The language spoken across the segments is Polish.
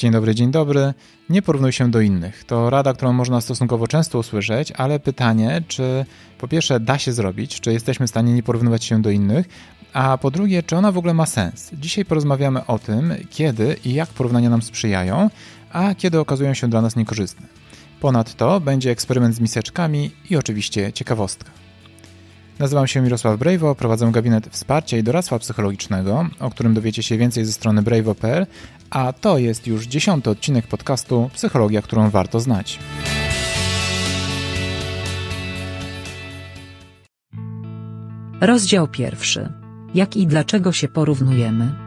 Dzień dobry. Nie porównuj się do innych. To rada, którą można stosunkowo często usłyszeć, ale pytanie, czy po pierwsze da się zrobić, czy jesteśmy w stanie nie porównywać się do innych, a po drugie, czy ona w ogóle ma sens. Dzisiaj porozmawiamy o tym, kiedy i jak porównania nam sprzyjają, a kiedy okazują się dla nas niekorzystne. Ponadto będzie eksperyment z miseczkami i oczywiście ciekawostka. Nazywam się Mirosław Brejwo, prowadzę gabinet wsparcia i doradztwa psychologicznego, o którym dowiecie się więcej ze strony brejwo.pl, a to jest już 10. odcinek podcastu Psychologia, którą warto znać. Rozdział 1. Jak i dlaczego się porównujemy?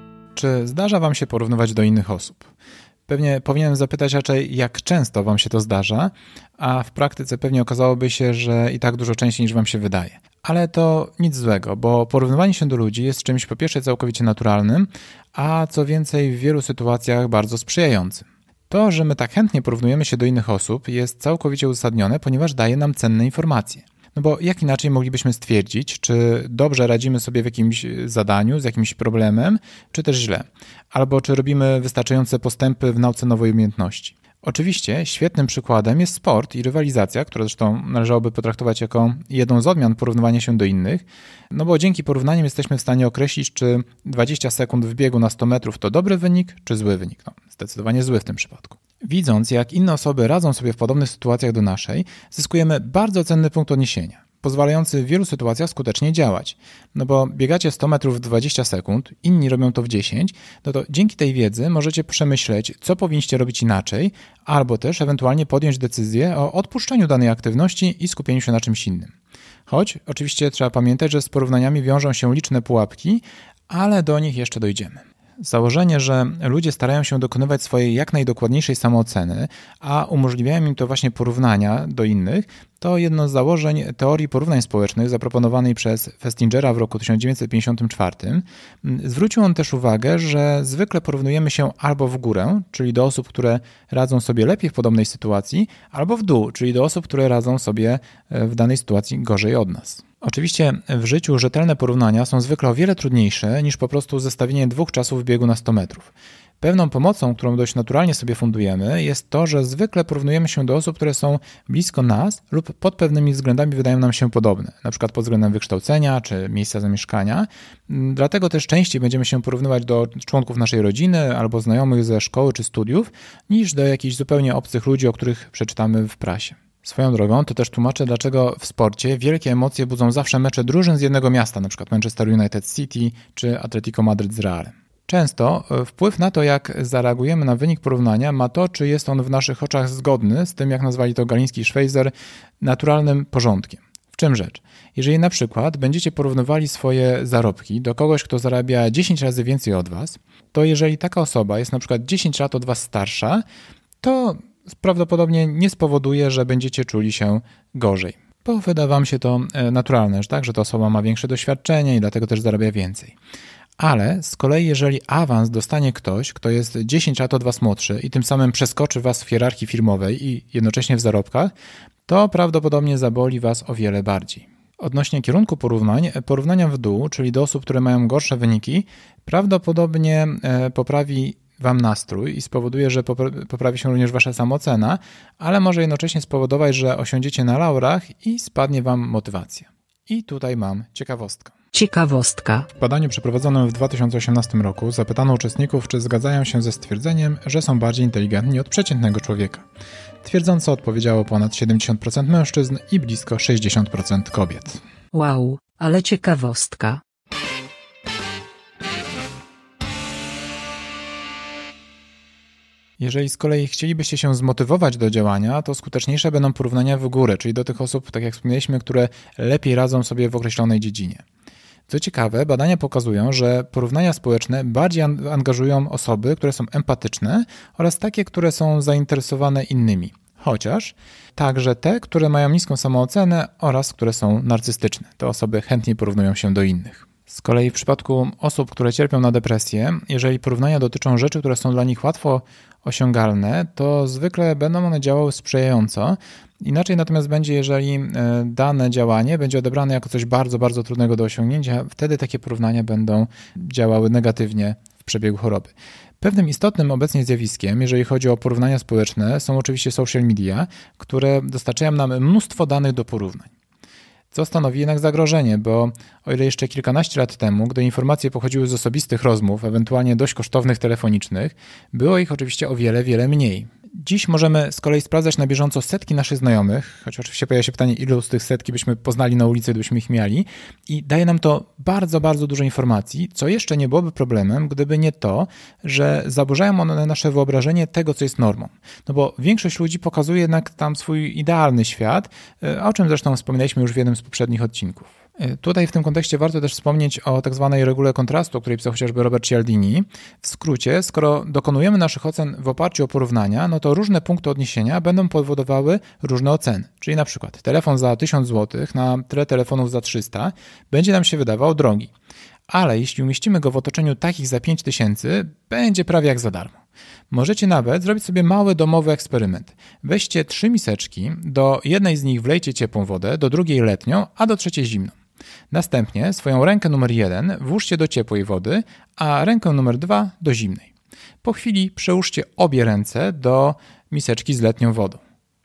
Czy zdarza Wam się porównywać do innych osób? Pewnie powinienem zapytać raczej, jak często Wam się to zdarza, a w praktyce pewnie okazałoby się, że i tak dużo częściej niż Wam się wydaje. Ale to nic złego, bo porównywanie się do ludzi jest czymś po pierwsze całkowicie naturalnym, a co więcej w wielu sytuacjach bardzo sprzyjającym. To, że my tak chętnie porównujemy się do innych osób jest całkowicie uzasadnione, ponieważ daje nam cenne informacje. No bo jak inaczej moglibyśmy stwierdzić, czy dobrze radzimy sobie w jakimś zadaniu, z jakimś problemem, czy też źle, albo czy robimy wystarczające postępy w nauce nowej umiejętności. Oczywiście świetnym przykładem jest sport i rywalizacja, którą zresztą należałoby potraktować jako jedną z odmian porównywania się do innych, no bo dzięki porównaniom jesteśmy w stanie określić, czy 20 sekund w biegu na 100 metrów to dobry wynik, czy zły wynik. No, zdecydowanie zły w tym przypadku. Widząc, jak inne osoby radzą sobie w podobnych sytuacjach do naszej, zyskujemy bardzo cenny punkt odniesienia, pozwalający w wielu sytuacjach skutecznie działać. No bo biegacie 100 metrów w 20 sekund, inni robią to w 10, no to dzięki tej wiedzy możecie przemyśleć, co powinniście robić inaczej, albo też ewentualnie podjąć decyzję o odpuszczeniu danej aktywności i skupieniu się na czymś innym. Choć oczywiście trzeba pamiętać, że z porównaniami wiążą się liczne pułapki, ale do nich jeszcze dojdziemy. Założenie, że ludzie starają się dokonywać swojej jak najdokładniejszej samooceny, a umożliwiają im to właśnie porównania do innych, to jedno z założeń teorii porównań społecznych zaproponowanej przez Festingera w roku 1954. Zwrócił on też uwagę, że zwykle porównujemy się albo w górę, czyli do osób, które radzą sobie lepiej w podobnej sytuacji, albo w dół, czyli do osób, które radzą sobie w danej sytuacji gorzej od nas. Oczywiście w życiu rzetelne porównania są zwykle o wiele trudniejsze niż po prostu zestawienie dwóch czasów biegu na 100 metrów. Pewną pomocą, którą dość naturalnie sobie fundujemy, jest to, że zwykle porównujemy się do osób, które są blisko nas lub pod pewnymi względami wydają nam się podobne, np. pod względem wykształcenia czy miejsca zamieszkania. Dlatego też częściej będziemy się porównywać do członków naszej rodziny albo znajomych ze szkoły czy studiów, niż do jakichś zupełnie obcych ludzi, o których przeczytamy w prasie. Swoją drogą to też tłumaczę, dlaczego w sporcie wielkie emocje budzą zawsze mecze drużyn z jednego miasta, np. Manchester United City czy Atletico Madryt z Realem. Często wpływ na to, jak zareagujemy na wynik porównania, ma to, czy jest on w naszych oczach zgodny z tym, jak nazwali to Galiński i Schweizer, naturalnym porządkiem. W czym rzecz? Jeżeli na przykład będziecie porównywali swoje zarobki do kogoś, kto zarabia 10 razy więcej od was, to jeżeli taka osoba jest na przykład 10 lat od was starsza, to prawdopodobnie nie spowoduje, że będziecie czuli się gorzej. Bo wyda wam się to naturalne, że ta osoba ma większe doświadczenie i dlatego też zarabia więcej. Ale z kolei jeżeli awans dostanie ktoś, kto jest 10 lat od was młodszy i tym samym przeskoczy was w hierarchii firmowej i jednocześnie w zarobkach, to prawdopodobnie zaboli was o wiele bardziej. Odnośnie kierunku porównania w dół, czyli do osób, które mają gorsze wyniki, prawdopodobnie poprawi wam nastrój i spowoduje, że poprawi się również wasza samoocena, ale może jednocześnie spowodować, że osiądziecie na laurach i spadnie wam motywacja. I tutaj mam ciekawostkę. Ciekawostka. W badaniu przeprowadzonym w 2018 roku zapytano uczestników, czy zgadzają się ze stwierdzeniem, że są bardziej inteligentni od przeciętnego człowieka. Twierdząco odpowiedziało ponad 70% mężczyzn i blisko 60% kobiet. Wow, ale ciekawostka. Jeżeli z kolei chcielibyście się zmotywować do działania, to skuteczniejsze będą porównania w górę, czyli do tych osób, tak jak wspomnieliśmy, które lepiej radzą sobie w określonej dziedzinie. Co ciekawe, badania pokazują, że porównania społeczne bardziej angażują osoby, które są empatyczne oraz takie, które są zainteresowane innymi. Chociaż także te, które mają niską samoocenę oraz które są narcystyczne. Te osoby chętniej porównują się do innych. Z kolei w przypadku osób, które cierpią na depresję, jeżeli porównania dotyczą rzeczy, które są dla nich łatwo osiągalne, to zwykle będą one działały sprzyjająco. Inaczej natomiast będzie, jeżeli dane działanie będzie odebrane jako coś bardzo, bardzo trudnego do osiągnięcia, wtedy takie porównania będą działały negatywnie w przebiegu choroby. Pewnym istotnym obecnie zjawiskiem, jeżeli chodzi o porównania społeczne, są oczywiście social media, które dostarczają nam mnóstwo danych do porównań. Co stanowi jednak zagrożenie, bo o ile jeszcze kilkanaście lat temu, gdy informacje pochodziły z osobistych rozmów, ewentualnie dość kosztownych telefonicznych, było ich oczywiście o wiele, wiele mniej. Dziś możemy z kolei sprawdzać na bieżąco setki naszych znajomych, choć oczywiście pojawia się pytanie, ilu z tych setki byśmy poznali na ulicy, gdybyśmy ich mieli, i daje nam to bardzo, bardzo dużo informacji, co jeszcze nie byłoby problemem, gdyby nie to, że zaburzają one nasze wyobrażenie tego, co jest normą. No bo większość ludzi pokazuje jednak tam swój idealny świat, o czym zresztą wspominaliśmy już w jednym z poprzednich odcinków. Tutaj w tym kontekście warto też wspomnieć o tak zwanej regule kontrastu, o której pisał chociażby Robert Cialdini. W skrócie, skoro dokonujemy naszych ocen w oparciu o porównania, no to różne punkty odniesienia będą powodowały różne oceny. Czyli na przykład telefon za 1000 zł na tle telefonów za 300 będzie nam się wydawał drogi. Ale jeśli umieścimy go w otoczeniu takich za 5000, będzie prawie jak za darmo. Możecie nawet zrobić sobie mały domowy eksperyment. Weźcie 3 miseczki, do jednej z nich wlejcie ciepłą wodę, do drugiej letnią, a do trzeciej zimną. Następnie swoją rękę numer 1 włóżcie do ciepłej wody, a rękę numer 2 do zimnej. Po chwili przełóżcie obie ręce do miseczki z letnią wodą.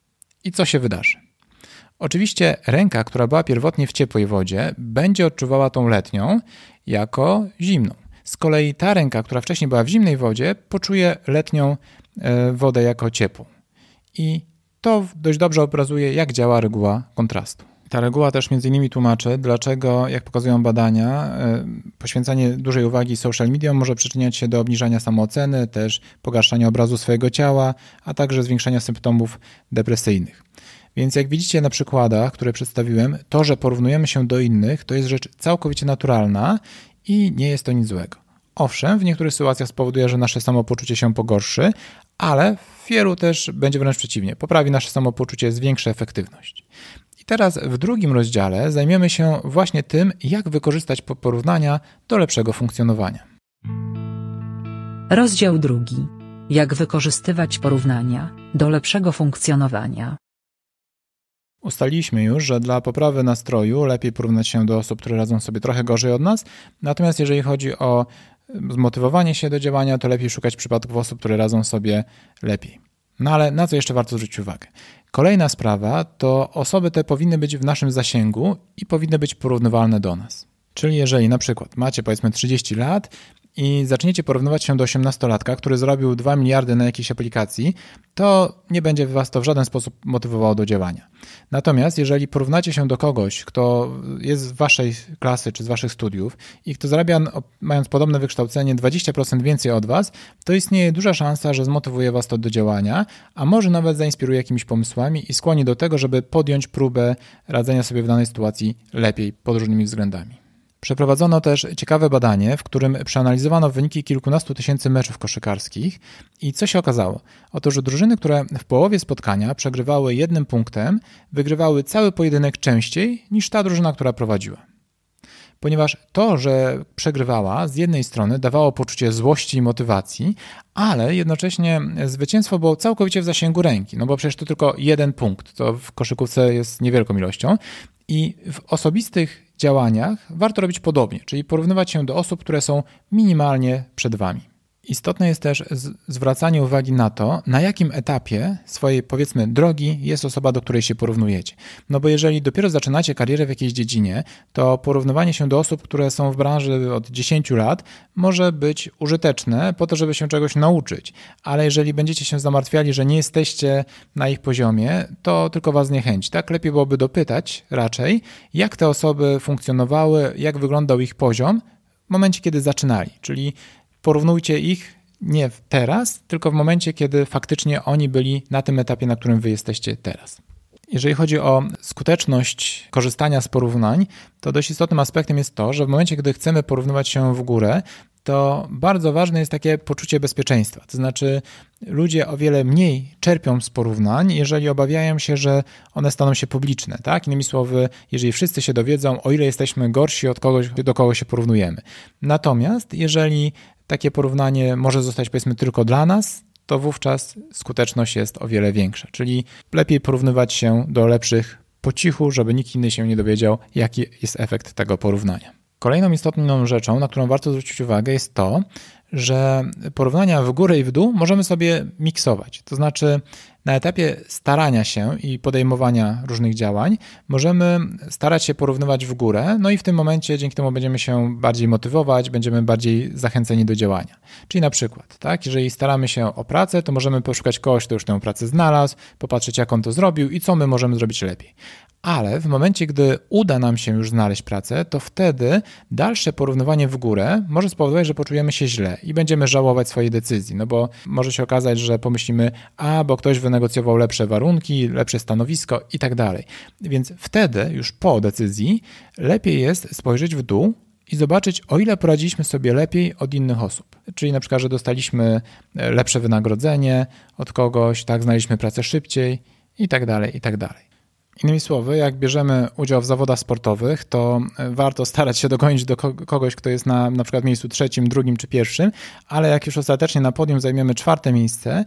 I co się wydarzy? Oczywiście ręka, która była pierwotnie w ciepłej wodzie, będzie odczuwała tą letnią jako zimną. Z kolei ta ręka, która wcześniej była w zimnej wodzie, poczuje letnią wodę jako ciepłą. I to dość dobrze obrazuje, jak działa reguła kontrastu. Ta reguła też między innymi tłumaczy, dlaczego, jak pokazują badania, poświęcanie dużej uwagi social mediom może przyczyniać się do obniżania samooceny, też pogarszania obrazu swojego ciała, a także zwiększania symptomów depresyjnych. Więc jak widzicie na przykładach, które przedstawiłem, to, że porównujemy się do innych, to jest rzecz całkowicie naturalna i nie jest to nic złego. Owszem, w niektórych sytuacjach spowoduje, że nasze samopoczucie się pogorszy, ale w wielu też będzie wręcz przeciwnie. Poprawi nasze samopoczucie, zwiększy efektywność. I teraz w drugim rozdziale zajmiemy się właśnie tym, jak wykorzystać porównania do lepszego funkcjonowania. Rozdział 2. Jak wykorzystywać porównania do lepszego funkcjonowania. Ustaliliśmy już, że dla poprawy nastroju lepiej porównać się do osób, które radzą sobie trochę gorzej od nas, natomiast jeżeli chodzi o zmotywowanie się do działania, to lepiej szukać przypadków osób, które radzą sobie lepiej. No ale na co jeszcze warto zwrócić uwagę? Kolejna sprawa to osoby te powinny być w naszym zasięgu i powinny być porównywalne do nas. Czyli jeżeli na przykład macie powiedzmy 30 lat i zaczniecie porównywać się do 18-latka, który zrobił 2 miliardy na jakiejś aplikacji, to nie będzie was to w żaden sposób motywowało do działania. Natomiast jeżeli porównacie się do kogoś, kto jest z waszej klasy czy z waszych studiów i kto zarabia, mając podobne wykształcenie, 20% więcej od was, to istnieje duża szansa, że zmotywuje was to do działania, a może nawet zainspiruje jakimiś pomysłami i skłoni do tego, żeby podjąć próbę radzenia sobie w danej sytuacji lepiej pod różnymi względami. Przeprowadzono też ciekawe badanie, w którym przeanalizowano wyniki kilkunastu tysięcy meczów koszykarskich i co się okazało? Otóż drużyny, które w połowie spotkania przegrywały 1 punktem, wygrywały cały pojedynek częściej niż ta drużyna, która prowadziła. Ponieważ to, że przegrywała, z jednej strony dawało poczucie złości i motywacji, ale jednocześnie zwycięstwo było całkowicie w zasięgu ręki, no bo przecież to tylko 1 punkt, to w koszykówce jest niewielką ilością i w osobistych działaniach warto robić podobnie, czyli porównywać się do osób, które są minimalnie przed wami. Istotne jest też zwracanie uwagi na to, na jakim etapie swojej, powiedzmy, drogi jest osoba, do której się porównujecie. No bo jeżeli dopiero zaczynacie karierę w jakiejś dziedzinie, to porównywanie się do osób, które są w branży od 10 lat może być użyteczne po to, żeby się czegoś nauczyć. Ale jeżeli będziecie się zamartwiali, że nie jesteście na ich poziomie, to tylko was zniechęci. Tak? Lepiej byłoby dopytać raczej, jak te osoby funkcjonowały, jak wyglądał ich poziom w momencie, kiedy zaczynali. Czyli porównujcie ich nie teraz, tylko w momencie, kiedy faktycznie oni byli na tym etapie, na którym wy jesteście teraz. Jeżeli chodzi o skuteczność korzystania z porównań, to dość istotnym aspektem jest to, że w momencie, gdy chcemy porównywać się w górę, to bardzo ważne jest takie poczucie bezpieczeństwa. To znaczy ludzie o wiele mniej czerpią z porównań, jeżeli obawiają się, że one staną się publiczne. Tak? Innymi słowy, jeżeli wszyscy się dowiedzą, o ile jesteśmy gorsi od kogoś, do kogo się porównujemy. Natomiast jeżeli takie porównanie może zostać, powiedzmy, tylko dla nas, to wówczas skuteczność jest o wiele większa. Czyli lepiej porównywać się do lepszych po cichu, żeby nikt inny się nie dowiedział, jaki jest efekt tego porównania. Kolejną istotną rzeczą, na którą warto zwrócić uwagę, jest to, że porównania w górę i w dół możemy sobie miksować. To znaczy na etapie starania się i podejmowania różnych działań możemy starać się porównywać w górę, no i w tym momencie dzięki temu będziemy się bardziej motywować, będziemy bardziej zachęceni do działania. Czyli na przykład, tak, jeżeli staramy się o pracę, to możemy poszukać kogoś, kto już tę pracę znalazł, popatrzeć jak on to zrobił i co my możemy zrobić lepiej. Ale w momencie, gdy uda nam się już znaleźć pracę, to wtedy dalsze porównywanie w górę może spowodować, że poczujemy się źle i będziemy żałować swojej decyzji, no bo może się okazać, że pomyślimy, bo ktoś wynegocjował lepsze warunki, lepsze stanowisko i tak dalej. Więc wtedy, już po decyzji, lepiej jest spojrzeć w dół i zobaczyć, o ile poradziliśmy sobie lepiej od innych osób. Czyli na przykład, że dostaliśmy lepsze wynagrodzenie od kogoś, tak, znaleźliśmy pracę szybciej i tak dalej, i tak dalej. Innymi słowy, jak bierzemy udział w zawodach sportowych, to warto starać się dogonić do kogoś, kto jest na przykład w miejscu 3., 2. czy 1., ale jak już ostatecznie na podium zajmiemy 4. miejsce,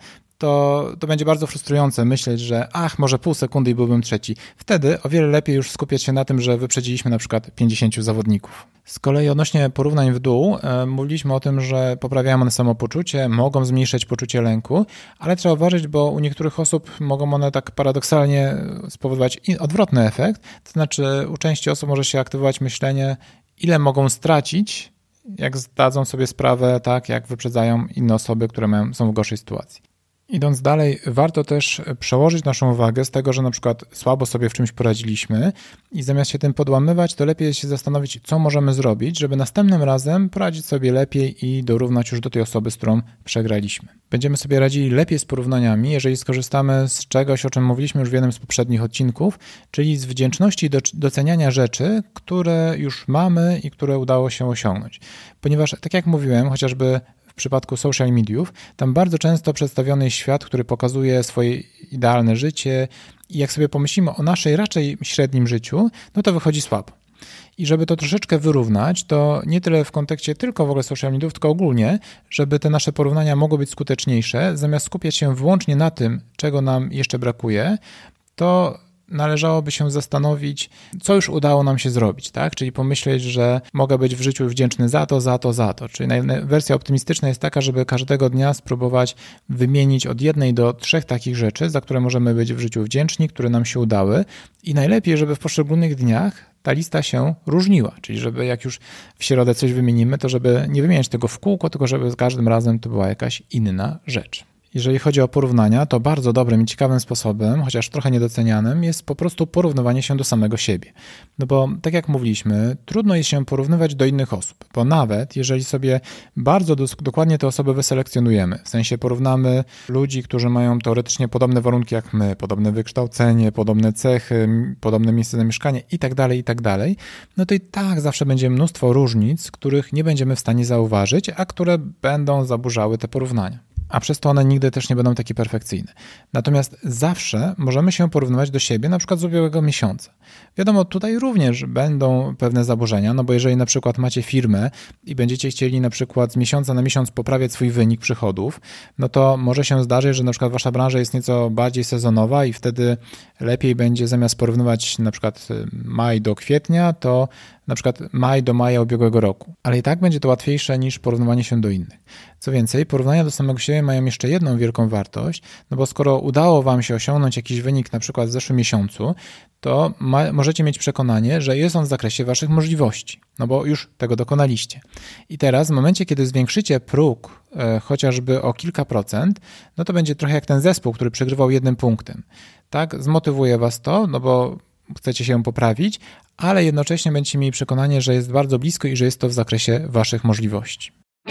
to będzie bardzo frustrujące myśleć, że może pół sekundy i byłbym 3. Wtedy o wiele lepiej już skupiać się na tym, że wyprzedziliśmy na przykład 50 zawodników. Z kolei odnośnie porównań w dół, mówiliśmy o tym, że poprawiają one samopoczucie, mogą zmniejszać poczucie lęku, ale trzeba uważać, bo u niektórych osób mogą one tak paradoksalnie spowodować odwrotny efekt, to znaczy u części osób może się aktywować myślenie, ile mogą stracić, jak zdadzą sobie sprawę, tak jak wyprzedzają inne osoby, które są w gorszej sytuacji. Idąc dalej, warto też przełożyć naszą uwagę z tego, że na przykład słabo sobie w czymś poradziliśmy i zamiast się tym podłamywać, to lepiej jest się zastanowić, co możemy zrobić, żeby następnym razem poradzić sobie lepiej i dorównać już do tej osoby, z którą przegraliśmy. Będziemy sobie radzili lepiej z porównaniami, jeżeli skorzystamy z czegoś, o czym mówiliśmy już w jednym z poprzednich odcinków, czyli z wdzięczności i doceniania rzeczy, które już mamy i które udało się osiągnąć. Ponieważ, tak jak mówiłem, chociażby w przypadku social mediów, tam bardzo często przedstawiony jest świat, który pokazuje swoje idealne życie i jak sobie pomyślimy o naszej raczej średnim życiu, no to wychodzi słabo. I żeby to troszeczkę wyrównać, to nie tyle w kontekście tylko w ogóle social mediów, tylko ogólnie, żeby te nasze porównania mogły być skuteczniejsze, zamiast skupiać się wyłącznie na tym, czego nam jeszcze brakuje, to należałoby się zastanowić, co już udało nam się zrobić, tak? Czyli pomyśleć, że mogę być w życiu wdzięczny za to. Czyli wersja optymistyczna jest taka, żeby każdego dnia spróbować wymienić od 1 do 3 takich rzeczy, za które możemy być w życiu wdzięczni, które nam się udały i najlepiej, żeby w poszczególnych dniach ta lista się różniła, czyli żeby jak już w środę coś wymienimy, to żeby nie wymieniać tego w kółko, tylko żeby z każdym razem to była jakaś inna rzecz. Jeżeli chodzi o porównania, to bardzo dobrym i ciekawym sposobem, chociaż trochę niedocenianym, jest po prostu porównywanie się do samego siebie. No bo tak jak mówiliśmy, trudno jest się porównywać do innych osób, bo nawet jeżeli sobie bardzo dokładnie te osoby wyselekcjonujemy, w sensie porównamy ludzi, którzy mają teoretycznie podobne warunki jak my, podobne wykształcenie, podobne cechy, podobne miejsce zamieszkania itd., no to i tak zawsze będzie mnóstwo różnic, których nie będziemy w stanie zauważyć, a które będą zaburzały te porównania. A przez to one nigdy też nie będą takie perfekcyjne. Natomiast zawsze możemy się porównywać do siebie, na przykład z ubiegłego miesiąca. Wiadomo, tutaj również będą pewne zaburzenia, no bo jeżeli na przykład macie firmę i będziecie chcieli na przykład z miesiąca na miesiąc poprawiać swój wynik przychodów, no to może się zdarzyć, że na przykład wasza branża jest nieco bardziej sezonowa i wtedy lepiej będzie zamiast porównywać na przykład maj do kwietnia, to na przykład maj do maja ubiegłego roku. Ale i tak będzie to łatwiejsze niż porównywanie się do innych. Co więcej, porównania do samego siebie mają jeszcze jedną wielką wartość, no bo skoro udało wam się osiągnąć jakiś wynik na przykład w zeszłym miesiącu, to możecie mieć przekonanie, że jest on w zakresie waszych możliwości, no bo już tego dokonaliście. I teraz w momencie, kiedy zwiększycie próg chociażby o kilka procent, no to będzie trochę jak ten zespół, który przegrywał 1 punktem. Tak, zmotywuje was to, no bo chcecie się poprawić, ale jednocześnie będziecie mieli przekonanie, że jest bardzo blisko i że jest to w zakresie waszych możliwości.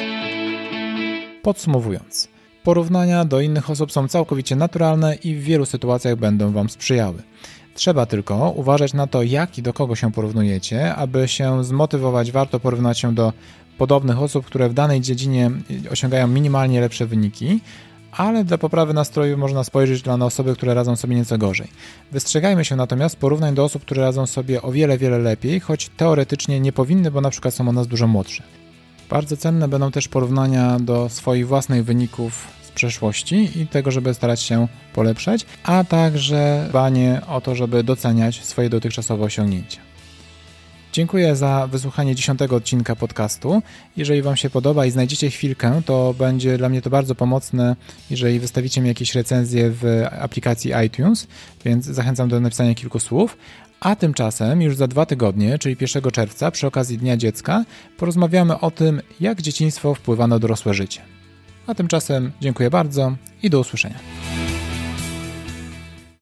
Podsumowując, porównania do innych osób są całkowicie naturalne i w wielu sytuacjach będą wam sprzyjały. Trzeba tylko uważać na to, jak i do kogo się porównujecie. Aby się zmotywować, warto porównać się do podobnych osób, które w danej dziedzinie osiągają minimalnie lepsze wyniki, ale dla poprawy nastroju można spojrzeć na osoby, które radzą sobie nieco gorzej. Wystrzegajmy się natomiast porównań do osób, które radzą sobie o wiele, wiele lepiej, choć teoretycznie nie powinny, bo na przykład są od nas dużo młodsze. Bardzo cenne będą też porównania do swoich własnych wyników z przeszłości i tego, żeby starać się polepszać, a także dbanie o to, żeby doceniać swoje dotychczasowe osiągnięcia. Dziękuję za wysłuchanie 10. odcinka podcastu. Jeżeli Wam się podoba i znajdziecie chwilkę, to będzie dla mnie to bardzo pomocne, jeżeli wystawicie mi jakieś recenzje w aplikacji iTunes, więc zachęcam do napisania kilku słów. A tymczasem już za 2 tygodnie, czyli 1 czerwca, przy okazji Dnia Dziecka, porozmawiamy o tym, jak dzieciństwo wpływa na dorosłe życie. A tymczasem dziękuję bardzo i do usłyszenia.